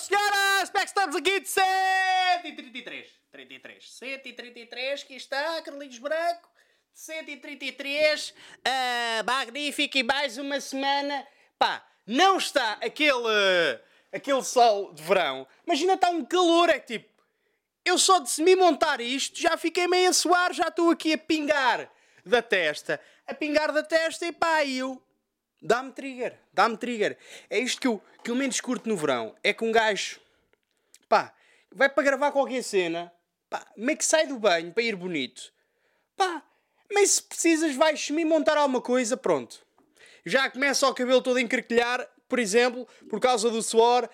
senhoras, como é que estamos aqui de 133? 133, aqui está, Carlinhos Branco. 133, magnífico, e mais uma semana. Pá, não está aquele sol de verão, mas ainda está um calor, é que tipo, eu só de me montar isto, já fiquei meio a suar, já estou aqui a pingar da testa. E pá, eu... Dá-me trigger. É isto que eu menos curto no verão. É que um gajo, pá, vai para gravar qualquer cena, pá, meio que sai do banho para ir bonito. Pá, mas se precisas vais-me montar alguma coisa, pronto. Já começa o cabelo todo a encraquilhar, por exemplo, por causa do suor.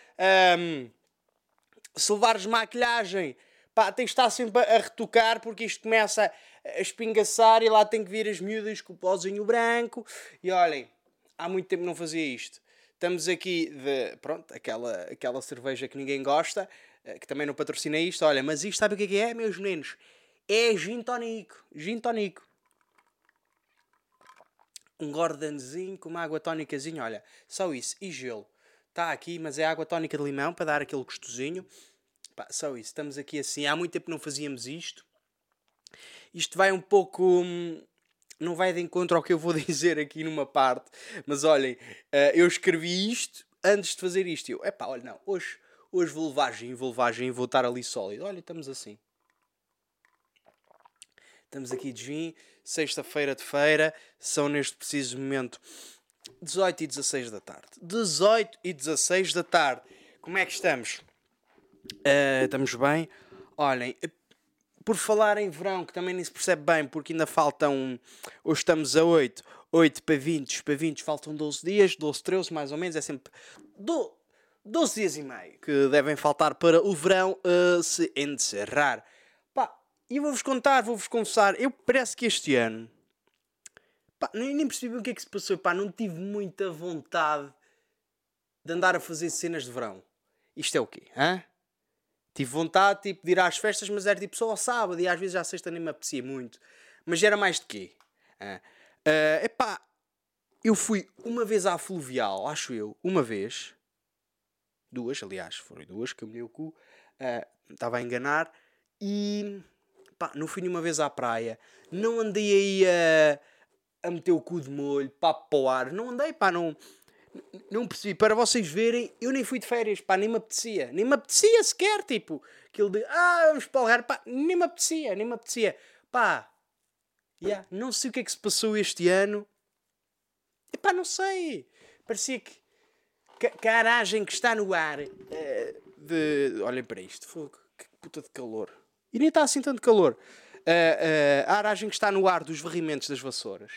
Se levares maquilhagem, pá, tens de estar sempre a retocar porque isto começa a espingaçar e lá tem que vir as miúdas com o pozinho branco. E olhem, há muito tempo não fazia isto. Estamos aqui de, pronto, aquela cerveja que ninguém gosta, que também não patrocina isto. Olha, mas isto sabe o que é, meus meninos? É gin tónico. Um Gordonzinho com uma água tónicazinha, olha, só isso, e gelo. Está aqui, mas é água tónica de limão para dar aquele gostosinho. Pá, só isso, estamos aqui assim, há muito tempo que não fazíamos isto. Isto vai um pouco... não vai de encontro ao que eu vou dizer aqui numa parte, mas olhem, eu escrevi isto antes de fazer isto. Eu, epá, olha, não, hoje vou levar gin, vou estar ali sólido. Olha, estamos assim. Estamos aqui de gin, sexta-feira de feira, são neste preciso momento 18 e 16 da tarde. 18 e 16 da tarde. Como é que estamos? Estamos bem? Olhem, por falar em verão, que também nem se percebe bem, porque ainda faltam... Hoje estamos a 8 para 20, faltam 12 dias, 12, 13 mais ou menos, é sempre 12 dias e meio que devem faltar para o verão se encerrar. Pá, e vou-vos confessar, eu parece que este ano... Pá, nem percebi o que é que se passou, pá, não tive muita vontade de andar a fazer cenas de verão. Isto é o quê, hã? Tive vontade tipo, de ir às festas, mas era tipo só ao sábado e às vezes à sexta nem me apetecia muito. Mas era mais de quê? Epá, eu fui uma vez à Fluvial, acho eu, uma vez. Duas, aliás, foram duas que eu me dei o cu. Estava a enganar. E pá, não fui nenhuma vez à praia. Não andei aí a meter o cu de molho, papo para o ar. Não andei, pá, não percebi. Para vocês verem, eu nem fui de férias, pá, nem me apetecia. Nem me apetecia sequer, tipo, aquilo de, vamos para o lugar, pá, nem me apetecia. Pá, não sei o que é que se passou este ano. E pá, não sei. Parecia que a aragem que está no ar, olhem para isto, fogo, que puta de calor. E nem está assim tanto calor. A aragem que está no ar dos varrimentos das vassouras.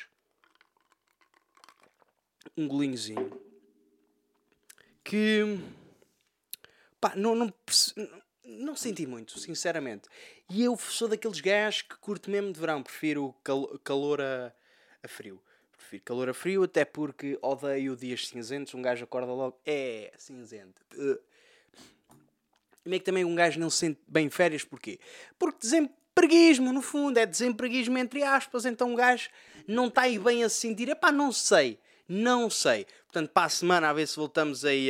Um golinhozinho. Que... pá, não senti muito, sinceramente. E eu sou daqueles gajos que curto mesmo de verão. Prefiro calor a frio. Prefiro calor a frio, até porque odeio dias cinzentos. Um gajo acorda logo, cinzento. E meio que também um gajo não se sente bem férias, porquê? Porque desempreguismo, no fundo, é desempreguismo entre aspas. Então um gajo não está aí bem a se sentir. Epá, não sei. Portanto, para a semana a ver se voltamos aí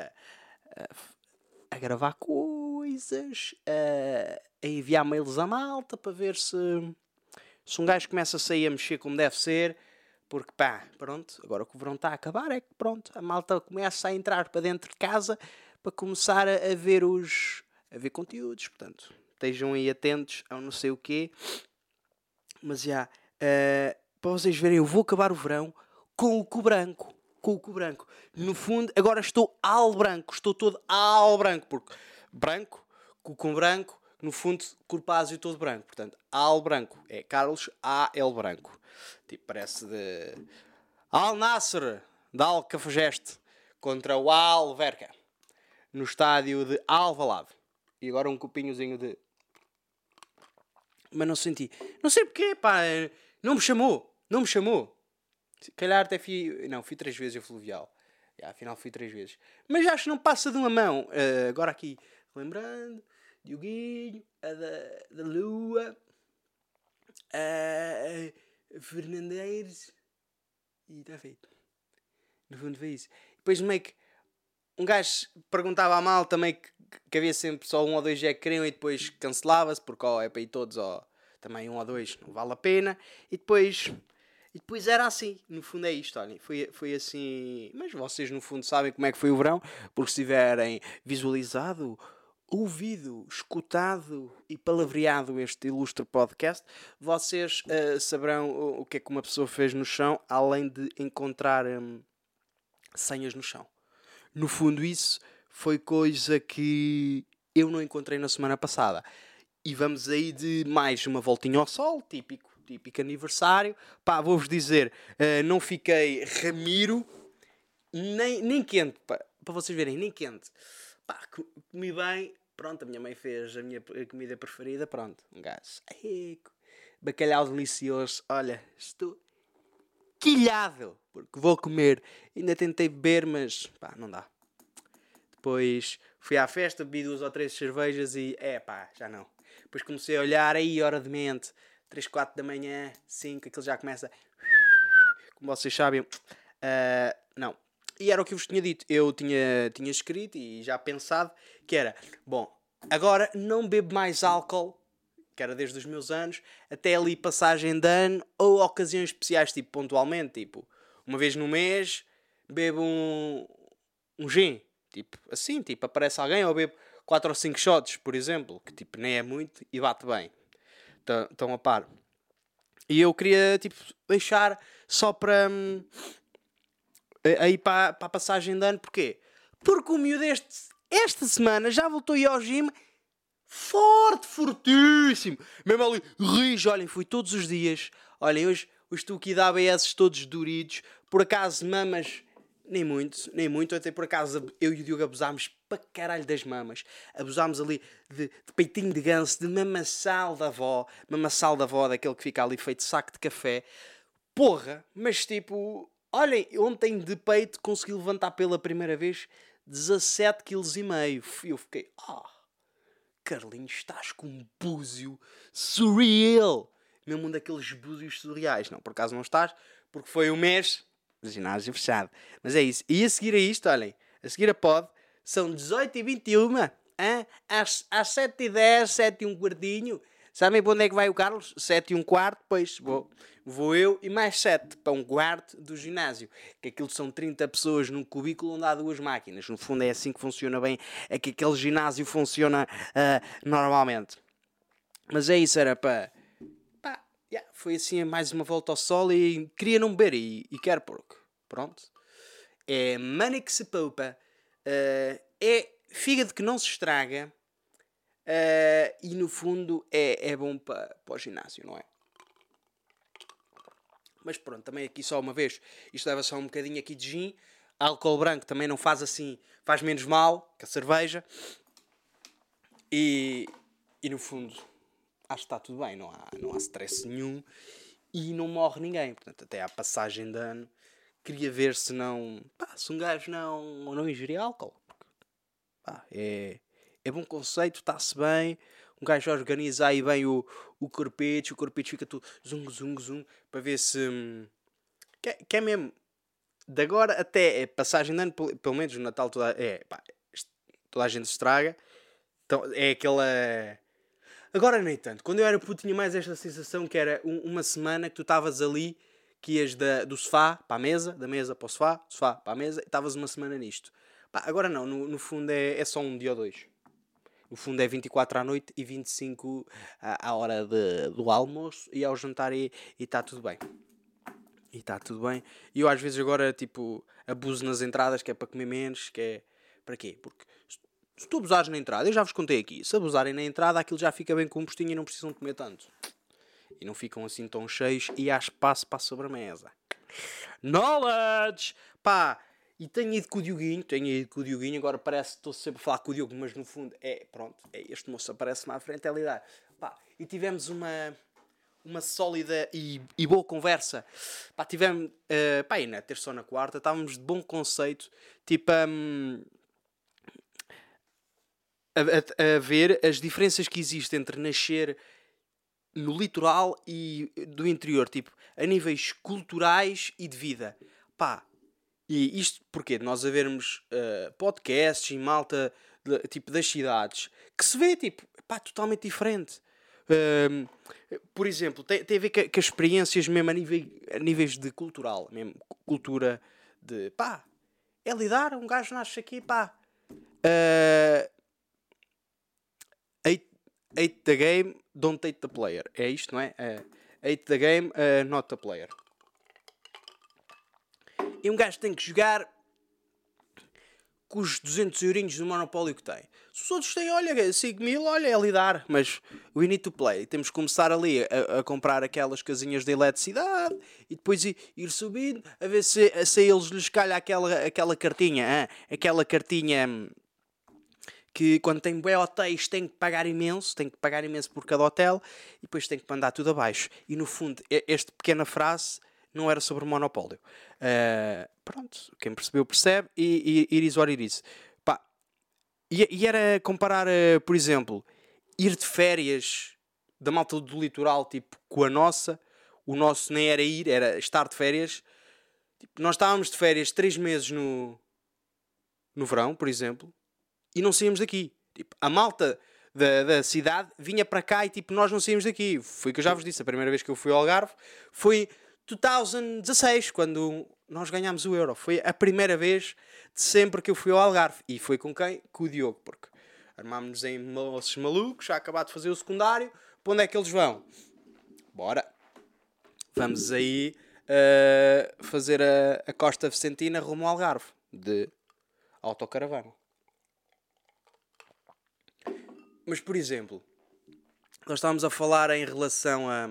a gravar coisas, a enviar mails à malta para ver se um gajo começa a sair a mexer como deve ser. Porque pá, pronto, agora que o verão está a acabar, é que pronto, a malta começa a entrar para dentro de casa para começar a ver a ver conteúdos. Portanto, estejam aí atentos ao não sei o quê. Mas para vocês verem, eu vou acabar o verão com o cu branco. No fundo, agora estou todo al branco. Porque branco, cu com branco, no fundo, corpásio todo branco. Portanto, al branco. É Carlos A.L. Branco. Tipo, parece de... Al Nasser, da Alcafageste, contra o Alverca. No estádio de Alvalade. E agora um copinhozinho de... Mas não senti. Não sei porquê, pá. Não me chamou. Se calhar até fui... Não, fui 3 vezes a Fluvial. Afinal fui 3 vezes. Mas acho que não passa de uma mão. Agora aqui, lembrando... Dioguinho, a da Lua... Fernandeiros... E está feito. No fundo foi isso. Depois meio que... Um gajo perguntava à malta meio que que havia sempre só um ou dois é que queriam e depois cancelava-se, porque é para ir todos, também um ou dois não vale a pena. E depois era assim, no fundo é isto, olhem, foi assim. Mas vocês no fundo sabem como é que foi o verão, porque se tiverem visualizado, ouvido, escutado e palavreado este ilustre podcast, vocês saberão o que é que uma pessoa fez no chão, além de encontrar senhas no chão. No fundo isso foi coisa que eu não encontrei na semana passada. E vamos aí de mais uma voltinha ao sol, típico aniversário. Pá, vou-vos dizer, não fiquei Ramiro, nem quente, para vocês verem, nem quente. Pá, comi bem, pronto, a minha mãe fez a minha comida preferida, pronto, um gajo. Ai, bacalhau delicioso, olha, estou quilhado, porque vou comer. Ainda tentei beber, mas pá, não dá. Depois fui à festa, bebi 2 ou 3 cervejas e já não. Depois comecei a olhar, aí hora de mente, 3, 4 da manhã, 5, aquilo já começa, como vocês sabem, não. E era o que eu vos tinha dito, eu tinha escrito e já pensado, que era, bom, agora não bebo mais álcool, que era desde os meus anos, até ali passagem de ano, ou ocasiões especiais, tipo pontualmente, tipo, uma vez no mês, bebo um gin. Tipo, assim, tipo, aparece alguém ou bebo 4 ou 5 shots, por exemplo, que tipo, nem é muito e bate bem. Estão a par. E eu queria, tipo, deixar só para aí para a passagem de ano. Porquê? Porque o miúdo esta semana já voltou a ir ao gym fortíssimo. Mesmo ali, rijo, olhem, fui todos os dias. Olhem, hoje estou aqui a dar ABS todos duridos. Por acaso, mamas... Nem muito, até por acaso eu e o Diogo abusámos para caralho das mamas. Abusámos ali de peitinho de ganso, de mamassal da avó, daquele que fica ali feito saco de café. Porra, mas tipo, olhem, ontem de peito consegui levantar pela primeira vez 17,5 kg. Eu fiquei, Carlinhos, estás com um búzio surreal. Mesmo um daqueles búzios surreais. Não, por acaso não estás, porque foi um mês... ginásio fechado. Mas é isso. E a seguir a isto, olhem, a seguir a pod, são 18h21, às 7h10, 7h15. Sabem para onde é que vai o Carlos? 7h15, depois vou eu e mais 7 para um quarto do ginásio. Que aquilo são 30 pessoas num cubículo onde há 2 máquinas. No fundo é assim que funciona bem, é que aquele ginásio funciona normalmente. Mas é isso, era para... foi assim mais uma volta ao sol e queria não beber e quero porque, pronto. É money que se poupa, é fígado que não se estraga e no fundo é bom para o ginásio, não é? Mas pronto, também aqui só uma vez, isto leva só um bocadinho aqui de gin, álcool branco também não faz assim, faz menos mal que a cerveja e no fundo... acho que está tudo bem, não há stress nenhum e não morre ninguém. Portanto, até à passagem de ano, queria ver se não... se um gajo não ingerir álcool. Porque, é bom conceito, está-se bem. Um gajo organiza aí bem o corpete fica tudo zum, para ver se... Que é mesmo... De agora até passagem de ano, pelo menos no Natal, toda a gente estraga. Então, é aquela... Agora nem tanto. Quando eu era puto tinha mais esta sensação que era uma semana que tu estavas ali, que ias do sofá para a mesa, da mesa para o sofá para a mesa, e estavas uma semana nisto. Agora não, no fundo é só um dia ou dois. No fundo é 24 à noite e 25 à hora do almoço e ao jantar e está tudo bem. E está tudo bem. E eu às vezes agora tipo abuso nas entradas, que é para comer menos, que é... Para quê? Porque... se tu abusares na entrada, eu já vos contei aqui, se abusarem na entrada, aquilo já fica bem compostinho e não precisam de comer tanto. E não ficam assim tão cheios e há espaço para a sobremesa. Knowledge! Pá, e tenho ido com o Dioguinho, agora parece que estou sempre a falar com o Diogo, mas no fundo, este moço aparece-me à frente, é lidar. Pá, e tivemos uma sólida e boa conversa. Pá, tivemos, aí na terça ou na quarta, estávamos de bom conceito, tipo, a ver as diferenças que existem entre nascer no litoral e do interior, tipo, a níveis culturais e de vida. Pá, e isto porquê? Nós a vermos podcasts e malta tipo, das cidades, que se vê, tipo, pá, totalmente diferente. Por exemplo, tem a ver com as experiências mesmo a níveis de cultural, mesmo cultura de, pá, é lidar, um gajo nasce aqui, pá. Hate the game, don't hate the player. É isto, não é? Hate the game, not the player. E um gajo tem que jogar com os 200 eurinhos do monopólio que tem. Se os outros têm, olha, 5 mil, olha, é lidar. Mas we need to play. Temos que começar ali a comprar aquelas casinhas de eletricidade e depois ir subindo, a ver se a eles lhes calha aquela cartinha. Aquela cartinha que quando tem bué hotéis tem que pagar imenso por cada hotel e depois tem que mandar tudo abaixo. E no fundo, esta pequena frase não era sobre monopólio. Pronto, quem percebeu percebe e it is what it is. Pá, e era comparar, por exemplo, ir de férias da malta do litoral tipo, com a nossa. O nosso nem era ir, era estar de férias. Tipo, nós estávamos de férias 3 meses no verão, por exemplo, e não saímos daqui. Tipo, a malta da cidade vinha para cá e tipo, nós não saímos daqui. Foi o que eu já vos disse, a primeira vez que eu fui ao Algarve foi 2016, quando nós ganhámos o Euro. Foi a primeira vez de sempre que eu fui ao Algarve. E foi com quem? Com o Diogo, porque armámos-nos em moços malucos, já acabado de fazer o secundário. Para onde é que eles vão? Bora! Vamos aí fazer a Costa Vicentina rumo ao Algarve, de autocaravana. Mas, por exemplo, nós estávamos a falar em relação a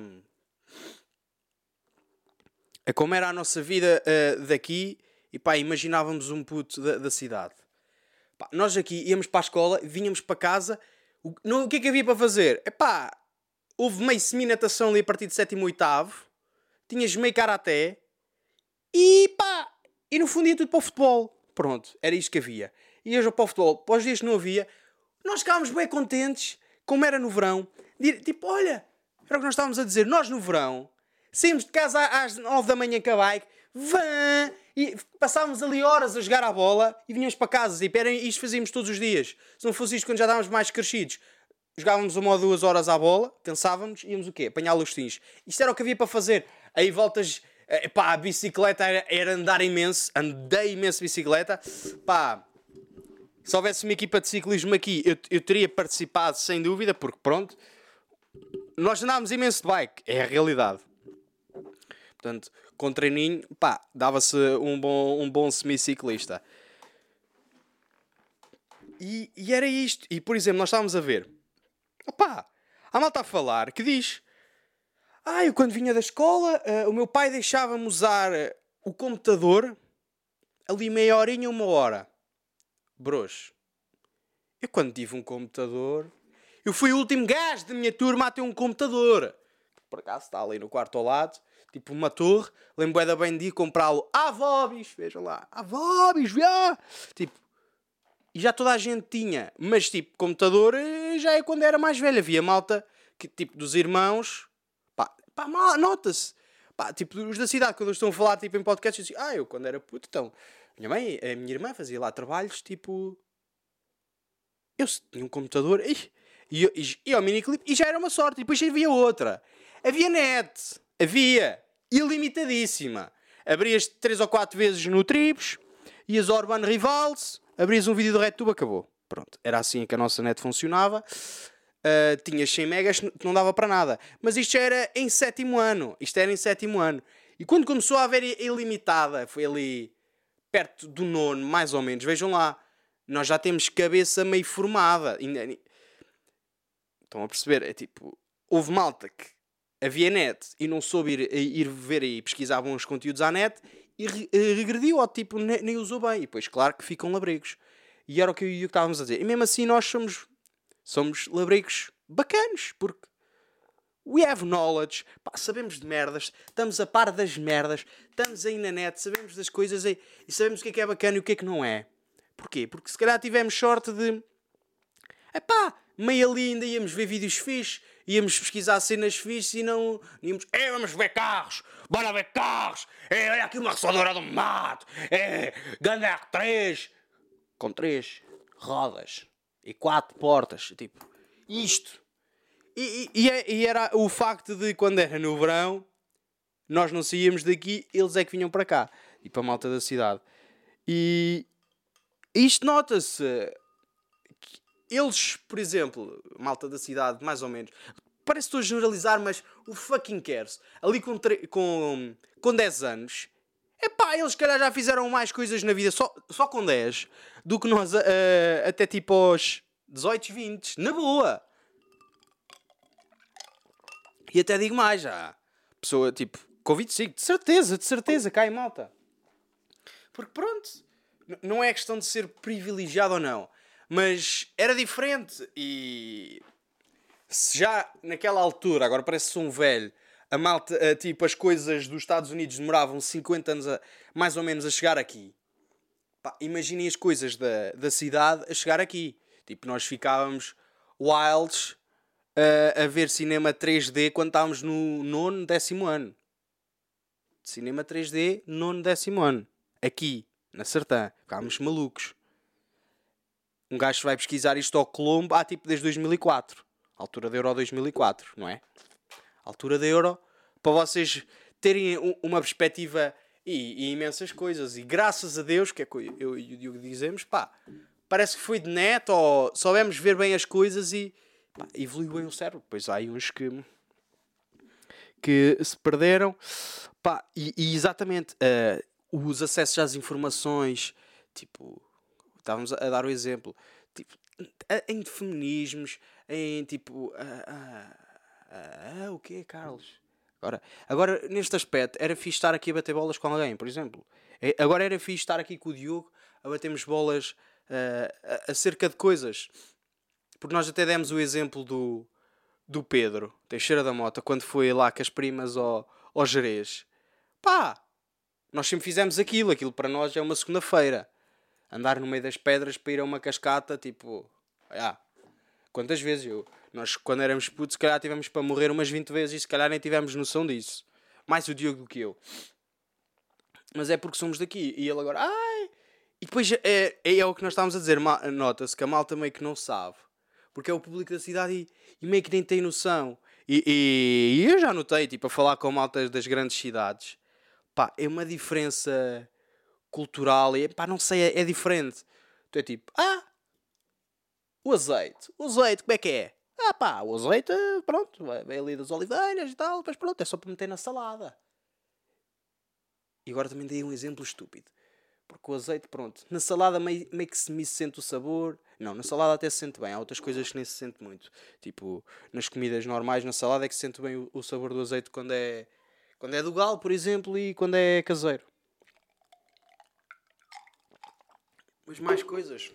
como era a nossa vida daqui e pá, imaginávamos um puto da cidade. Pá, nós aqui íamos para a escola, vinhamos para casa, o que é que havia para fazer? Epá, houve meio semi-natação ali a partir de 7º, 8º, tinhas meio karaté e pá, e no fundo ia tudo para o futebol. Pronto, era isto que havia. Ias para o futebol, para os dias que não havia, nós ficávamos bem contentes, como era no verão. Tipo, olha, era o que nós estávamos a dizer, nós no verão saímos de casa às 9 da manhã com a bike, e passávamos ali horas a jogar à bola e vinhamos para casa. E isto fazíamos todos os dias. Se não fosse isto quando já estávamos mais crescidos, jogávamos 1 ou 2 horas à bola, cansávamos, íamos o quê? Apanhar lustins. Isto era o que havia para fazer. Aí voltas, pá, a bicicleta era andar imenso, andei imenso de bicicleta, pá. Se houvesse uma equipa de ciclismo aqui, eu teria participado sem dúvida, porque pronto, nós andávamos imenso de bike, é a realidade. Portanto, com treininho, pá, dava-se um bom semiciclista. E era isto. E, por exemplo, nós estávamos a ver, opá, há malta a falar que diz, eu quando vinha da escola, o meu pai deixava-me usar o computador ali meia horinha, 1 hora. Bros, eu quando tive um computador, eu fui o último gajo da minha turma a ter um computador. Por acaso está ali no quarto ao lado, tipo uma torre. Lembro bem de ir comprá-lo à Vobis, vejam lá, à Vobis, tipo, e já toda a gente tinha, mas tipo, computador já é quando era mais velho. Havia malta, que tipo, dos irmãos, pá nota-se, pá, tipo, os da cidade, quando eles estão a falar tipo, em podcast, eu disse, eu quando era puto, então, a minha irmã fazia lá trabalhos, tipo, eu tinha um computador, e ao miniclip, e já era uma sorte. E depois havia outra, havia net, havia, ilimitadíssima. Abrias 3 ou 4 vezes no Tribes, ias ao Urban Rivals, abrias um vídeo do RedTube, acabou. Pronto, era assim que a nossa net funcionava. Tinhas 100 megas, não dava para nada. Mas isto já era em 7º ano. E quando começou a haver ilimitada, foi ali perto do 9º, mais ou menos. Vejam lá, nós já temos cabeça meio formada. Estão a perceber? É tipo, houve malta que havia net e não soube ir ver e pesquisar bons conteúdos à net e regrediu, ou tipo, nem usou bem. E depois, claro que ficam labregos. E era o que estávamos a dizer. E mesmo assim nós somos labregos bacanos, porque we have knowledge, pá, sabemos de merdas, estamos a par das merdas, estamos aí na net, sabemos das coisas e sabemos o que é bacana e o que é que não é. Porquê? Porque se calhar tivemos sorte de, meio ali ainda íamos ver vídeos fixes, íamos pesquisar cenas fixes e não íamos, vamos ver carros, bora ver carros, olha aqui uma ressoadora do mato, Ganda R3, com 3 rodas. e 4 portas, tipo, isto. E era o facto de quando era no verão, nós não saíamos daqui, eles é que vinham para cá, e para a malta da cidade. E isto nota-se. Eles, por exemplo, malta da cidade, mais ou menos, parece que estou a generalizar, mas o fucking cares. Ali com 10 anos, epá, eles se calhar já fizeram mais coisas na vida só com 10 do que nós até tipo aos 18, 20. Na boa. E até digo mais já. Pessoa tipo com 25, de certeza, cai malta. Porque pronto, não é questão de ser privilegiado ou não. Mas era diferente e se já naquela altura, agora parece que sou um velho, a malta, tipo, as coisas dos Estados Unidos demoravam 50 anos mais ou menos a chegar aqui. Pá, imaginem as coisas da cidade a chegar aqui. Tipo, nós ficávamos wilds a ver cinema 3D quando estávamos no 9º, 10º ano. Cinema 3D, 9º, 10º ano. Aqui, na Sertã. Ficávamos malucos. Um gajo vai pesquisar isto ao Colombo tipo desde 2004. Altura da Euro 2004, não é? Altura da Euro, para vocês terem uma perspectiva e imensas coisas. E graças a Deus, que é que eu e o Diogo dizemos, pá, parece que foi de net ou soubemos ver bem as coisas e pá, evoluiu bem o cérebro. Pois há aí uns que se perderam. Pá, e exatamente, os acessos às informações, tipo, estávamos a dar o exemplo, tipo, em feminismos, em tipo, o quê, Carlos? Agora, neste aspecto, era fixe estar aqui a bater bolas com alguém, por exemplo. Agora era fixe estar aqui com o Diogo a batermos bolas acerca de coisas. Porque nós até demos o exemplo do Pedro Teixeira da Mota quando foi lá com as primas ao Jerez. Pá, nós sempre fizemos aquilo para nós é uma segunda-feira. Andar no meio das pedras para ir a uma cascata, tipo, quantas vezes nós quando éramos putos se calhar tivemos para morrer umas 20 vezes e se calhar nem tivemos noção disso. Mais o Diogo do que eu. Mas é porque somos daqui. E ele agora, e depois é o que nós estávamos a dizer, nota-se que a malta meio que não sabe. Porque é o público da cidade e meio que nem tem noção. E eu já notei, tipo, a falar com malta das grandes cidades. Pá, é uma diferença cultural e, pá, não sei, é diferente. Tu é tipo, o azeite, como é que é? Pá, o azeite, pronto, vem ali das oliveiras e tal, mas pronto, é só para meter na salada. E agora também dei um exemplo estúpido. Porque o azeite, pronto, na salada meio que se sente o sabor. Não, na salada até se sente bem. Há outras coisas que nem se sente muito. Tipo, nas comidas normais, na salada é que se sente bem o sabor do azeite quando é do galo, por exemplo, e quando é caseiro. Mas mais coisas.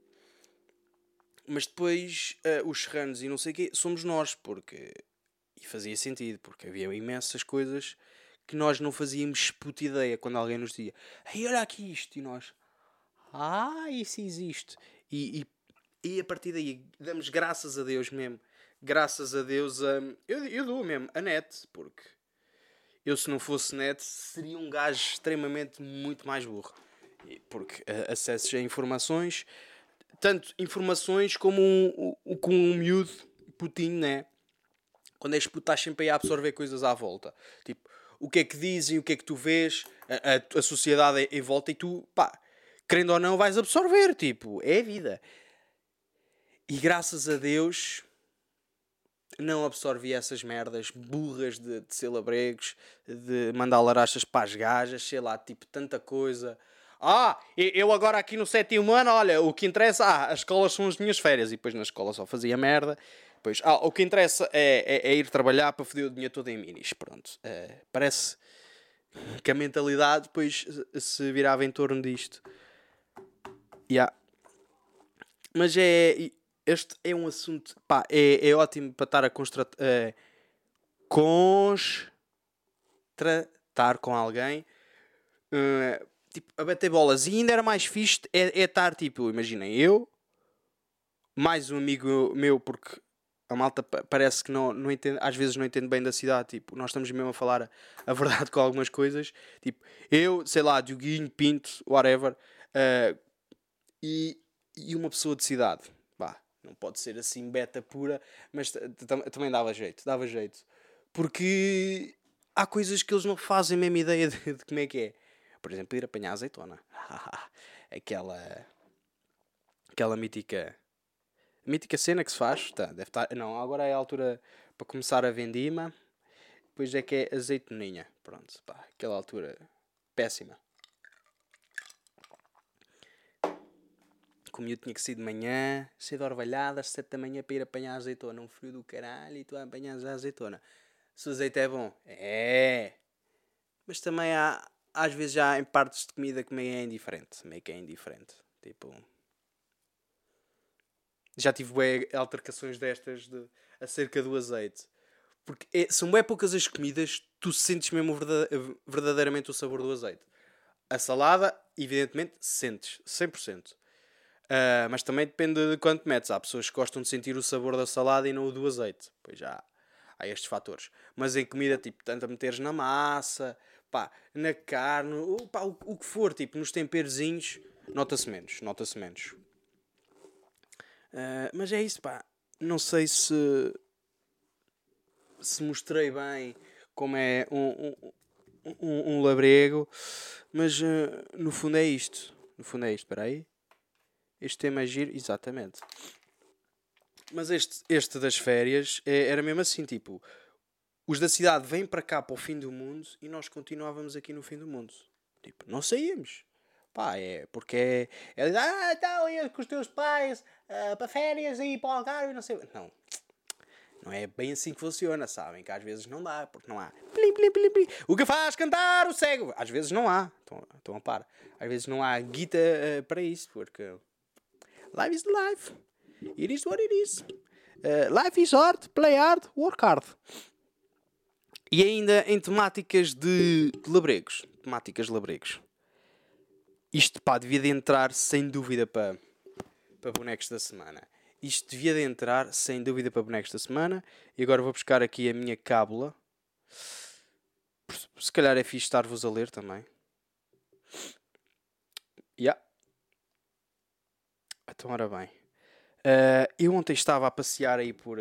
Mas depois, os serranos e não sei o quê, somos nós, porque... E fazia sentido, porque havia imensas coisas que nós não fazíamos puta ideia quando alguém nos dizia olha aqui isto, e nós... isso existe. E a partir daí, damos graças a Deus mesmo. Graças a Deus, eu dou mesmo a net, porque... Eu, se não fosse net, seria um gajo extremamente muito mais burro. Porque acessos a informações... Tanto informações como um miúdo putinho, né? Quando és puto estás sempre aí a absorver coisas à volta. Tipo, o que é que dizem, o que é que tu vês, a sociedade em volta e tu, pá, querendo ou não, vais absorver. Tipo, é a vida. E graças a Deus não absorvi essas merdas burras de ser labregos, de mandar larachas para as gajas, sei lá, tipo, tanta coisa... eu agora aqui no 7º ano, olha, o que interessa, as escolas são as minhas férias. E depois na escola só fazia merda. Depois, o que interessa é ir trabalhar para foder o dinheiro todo em minis. Pronto. Parece que a mentalidade depois se virava em torno disto. Mas este é um assunto, pá, é ótimo para estar a contratar com alguém. Tipo, a bater bolas. E ainda era mais fixe estar, tipo, imaginem, eu mais um amigo meu, porque a malta parece que não entende, às vezes não entende bem da cidade. Tipo, nós estamos mesmo a falar a verdade com algumas coisas. Tipo, eu, sei lá, Dioguinho, Pinto, whatever, e uma pessoa de cidade. Não pode ser assim beta pura, mas também dava jeito. Porque há coisas que eles não fazem a mesma ideia de como é que é. Por exemplo, ir apanhar azeitona. Aquela mítica cena que se faz. Tá, deve estar, não, agora é a altura para começar a vendima. Depois é que é azeitoninha. Pronto, pá, aquela altura péssima. Como eu tinha que sair de manhã, cedo orvalhada, às 7 da manhã para ir apanhar azeitona. Um frio do caralho e tu a apanhas a azeitona. Se o azeite é bom, é. Mas também às vezes já há em partes de comida que meio que é indiferente. Tipo, já tive altercações destas acerca do azeite. Porque são bem poucas as comidas que tu sentes mesmo verdadeiramente o sabor do azeite. A salada, evidentemente, sentes 100%. Mas também depende de quanto metes. Há pessoas que gostam de sentir o sabor da salada e não o do azeite. Pois já há estes fatores. Mas em comida, tipo, tanto a meteres na massa, pá, na carne, pá, o que for, tipo, nos temperozinhos, nota-se menos. Mas é isso, pá. Não sei se mostrei bem como é um labrego, mas no fundo é isto. Espera aí. Este tema é giro, exatamente. Mas este das férias era mesmo assim, tipo, os da cidade vêm para cá para o fim do mundo e nós continuávamos aqui no fim do mundo. Tipo, não saímos. Pá, porque então ia com os teus pais para férias e para o Algarve e não sei. Não é bem assim que funciona, sabem? Que às vezes não dá, porque não há. Plim, plim, plim, plim. O que faz cantar o cego? Às vezes não há. Estão a par. Às vezes não há guita para isso, porque life is life. It is what it is. Life is hard, play hard, work hard. E ainda em temáticas de labregos. Isto, pá, devia de entrar sem dúvida para bonecos da semana. E agora vou buscar aqui a minha cábula. Se calhar é fixe estar-vos a ler também. Então, ora bem. Eu ontem estava a passear aí por...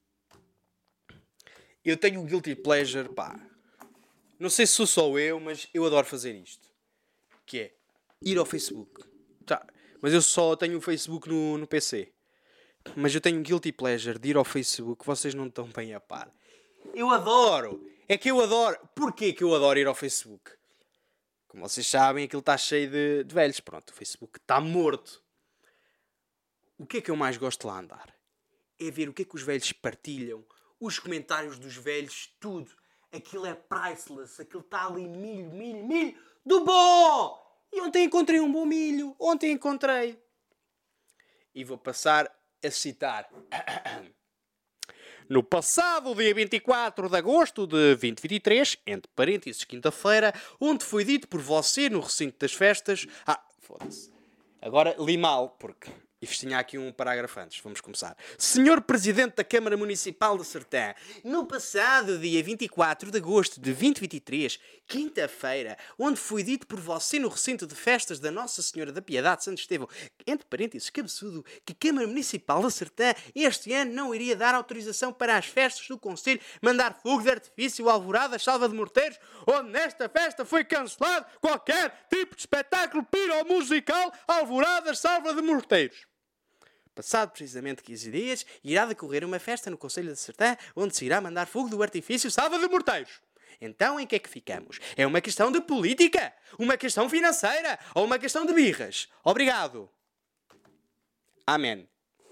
Eu tenho um guilty pleasure, pá. Não sei se sou só eu, mas eu adoro fazer isto. Que é ir ao Facebook. Tá. Mas eu só tenho o Facebook no PC. Mas eu tenho um guilty pleasure de ir ao Facebook. Vocês não estão bem a par. Eu adoro. É que eu adoro. Porquê que eu adoro ir ao Facebook? Como vocês sabem, aquilo está cheio de velhos. Pronto, o Facebook está morto. O que é que eu mais gosto de lá andar? É ver o que é que os velhos partilham. Os comentários dos velhos, tudo. Aquilo é priceless. Aquilo está ali milho do bom! E ontem encontrei um bom milho. E vou passar a citar. No passado dia 24 de agosto de 2023, entre parênteses, quinta-feira, onde foi dito por você no recinto das festas... Foda-se. Agora li mal, porque... Isto tinha aqui um parágrafo antes. Vamos começar. Senhor Presidente da Câmara Municipal de Sertã, no passado dia 24 de agosto de 2023, quinta-feira, onde foi dito por você no recinto de festas da Nossa Senhora da Piedade de Santo Estevão, entre parênteses, cabeçudo, que a Câmara Municipal de Sertã este ano não iria dar autorização para as festas do Conselho mandar fogo de artifício, alvorada, salva de morteiros, onde nesta festa foi cancelado qualquer tipo de espetáculo piromusical, alvoradas, salva de morteiros. Passado precisamente 15 dias, irá decorrer uma festa no Conselho de Sertã, onde se irá mandar fogo do artifício salva de morteiros. Então, em que é que ficamos? É uma questão de política? Uma questão financeira? Ou uma questão de birras? Obrigado. Amém.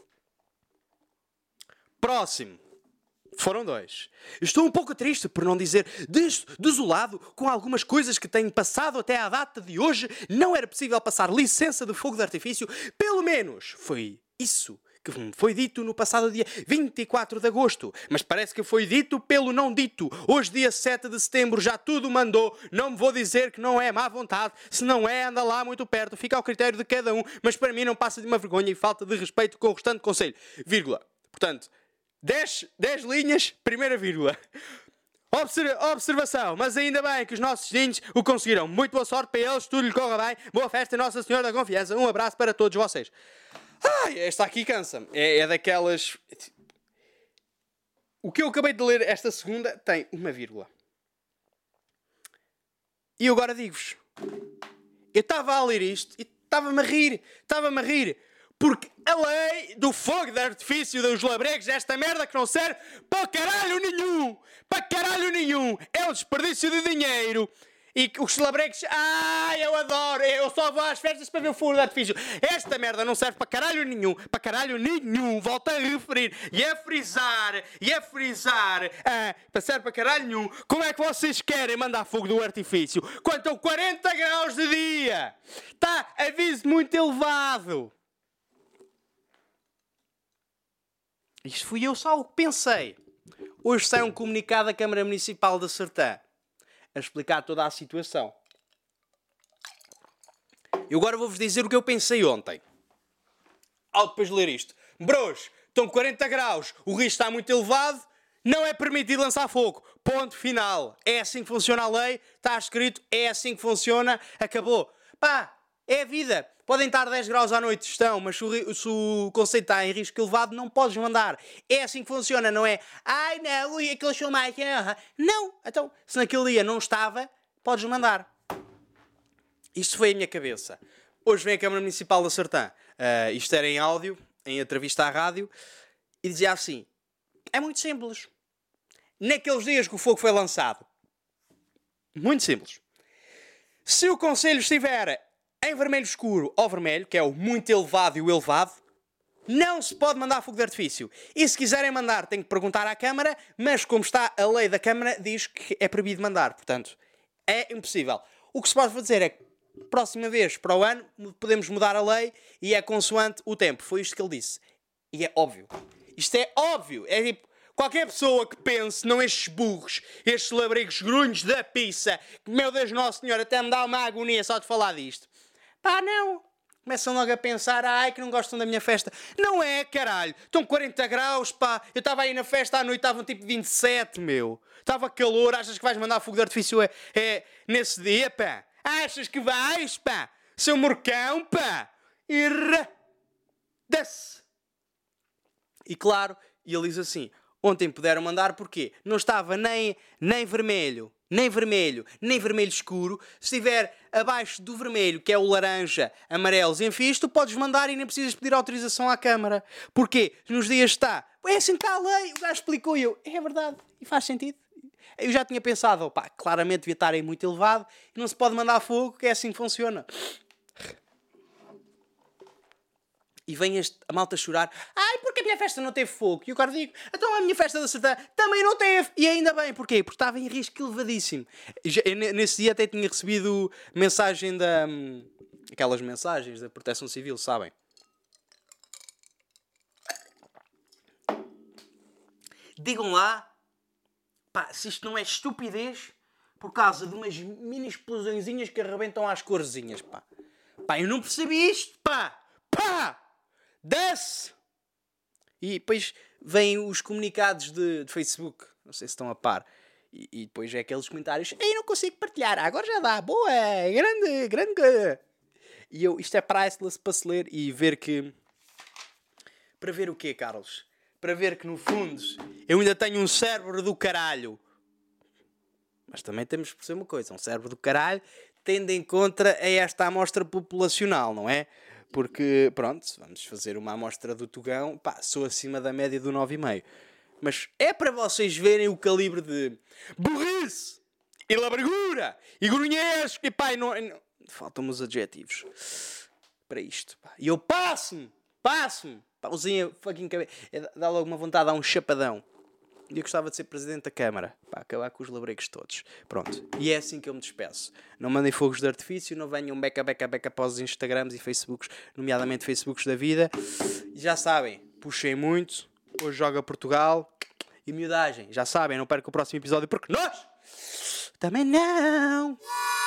Próximo. Foram 2. Estou um pouco triste, por não dizer desolado, com algumas coisas que tenho passado até à data de hoje. Não era possível passar licença de fogo de artifício. Pelo menos foi isso que foi dito no passado dia 24 de agosto. Mas parece que foi dito pelo não dito. Hoje, dia 7 de setembro, já tudo mandou. Não me vou dizer que não é má vontade. Se não é, anda lá muito perto. Fica ao critério de cada um. Mas para mim não passa de uma vergonha e falta de respeito com o restante conselho. Vírgula. Portanto, 10 linhas, primeira vírgula. Observação, mas ainda bem que os nossos vizinhos o conseguiram. Muito boa sorte para eles, tudo lhe corra bem. Boa festa, Nossa Senhora da Confiança. Um abraço para todos vocês. Esta aqui cansa-me. É daquelas... O que eu acabei de ler esta segunda tem uma vírgula. E eu agora digo-vos. Eu estava a ler isto e estava-me a rir. Porque a lei do fogo de artifício dos labregos é esta merda que não serve para caralho nenhum. É um desperdício de dinheiro. E os labregos, eu adoro, eu só vou às festas para ver o fogo de artifício. Esta merda não serve para caralho nenhum, volto a referir e a frisar, serve para caralho nenhum. Como é que vocês querem mandar fogo do artifício quando estão 40 graus de dia? Está aviso muito elevado. Isto fui eu só o que pensei. Hoje sai um comunicado da Câmara Municipal de Sertã a explicar toda a situação. Eu agora vou-vos dizer o que eu pensei ontem. Ao depois de ler isto. Bros, estão 40 graus, o risco está muito elevado, não é permitido lançar fogo. Ponto final. É assim que funciona a lei, está escrito, é assim que funciona, acabou. É a vida. Podem estar 10 graus à noite, estão, mas se o conceito está em risco elevado, não podes mandar. É assim que funciona, não é? Não, aquele show mais... Não, então, se naquele dia não estava, podes mandar. Isto foi a minha cabeça. Hoje vem a Câmara Municipal de Sertã. Isto era em áudio, em entrevista à rádio, e dizia assim, é muito simples. Naqueles dias que o fogo foi lançado, muito simples. Se o concelho estiver em vermelho escuro ou vermelho, que é o muito elevado e o elevado, não se pode mandar fogo de artifício. E se quiserem mandar, têm que perguntar à Câmara, mas como está a lei da Câmara, diz que é proibido mandar. Portanto, é impossível. O que se pode fazer é que, próxima vez, para o ano, podemos mudar a lei e é consoante o tempo. Foi isto que ele disse. E é óbvio. Isto é óbvio. É tipo, qualquer pessoa que pense, não estes burros, estes labregos grunhos da pizza, que, meu Deus Nosso Senhor, até me dá uma agonia só de falar disto. Não. Começam logo a pensar, que não gostam da minha festa. Não é, caralho. Estão 40 graus, Eu estava aí na festa à noite, estavam tipo 27, meu. Estava calor, achas que vais mandar fogo de artifício nesse dia, Achas que vais, Seu morcão, Desce. E claro, e ele diz assim, ontem puderam mandar porquê? Não estava nem vermelho, nem vermelho escuro. Se estiver abaixo do vermelho, que é o laranja, amarelos, enfim, tu podes mandar e nem precisas pedir autorização à Câmara. Porquê? Nos dias está. É assim que está a lei. O gajo explicou e eu. É verdade. E faz sentido. Eu já tinha pensado, claramente devia estar aí muito elevado e não se pode mandar fogo, que é assim que funciona. E vem a malta chorar. Porque a minha festa não teve fogo. E o cara digo, então a minha festa da Sertã também não teve. E ainda bem, porquê? Porque estava em risco elevadíssimo. Nesse dia até tinha recebido mensagem aquelas mensagens da Proteção Civil, sabem? Digam lá, se isto não é estupidez por causa de umas mini explosõezinhas que arrebentam às corzinhas, eu não percebi isto, Desce! E depois vêm os comunicados de Facebook. Não sei se estão a par. E depois é aqueles comentários. Não consigo partilhar. Agora já dá. Boa! Grande. E isto é priceless para se ler e ver que... Para ver o quê, Carlos? Para ver que no fundo eu ainda tenho um cérebro do caralho. Mas também temos que perceber uma coisa. Um cérebro do caralho tendo em conta a esta amostra populacional, não é? Porque, pronto, vamos fazer uma amostra do Tugão, sou acima da média do 9,5. Mas é para vocês verem o calibre de burrice, e labregura, e grunhesco, e não... Faltam-me os adjetivos para isto, E eu passo-me, usem a fucking cabeça, dá logo uma vontade a um chapadão. E eu gostava de ser presidente da Câmara, acabar com os labregos todos. Pronto. E é assim que eu me despeço. Não mandem fogos de artifício, não venham beca para os Instagrams e Facebooks, nomeadamente Facebooks da vida. E já sabem, puxem muito. Hoje joga Portugal. E miudagem, já sabem, não percam o próximo episódio porque nós também não.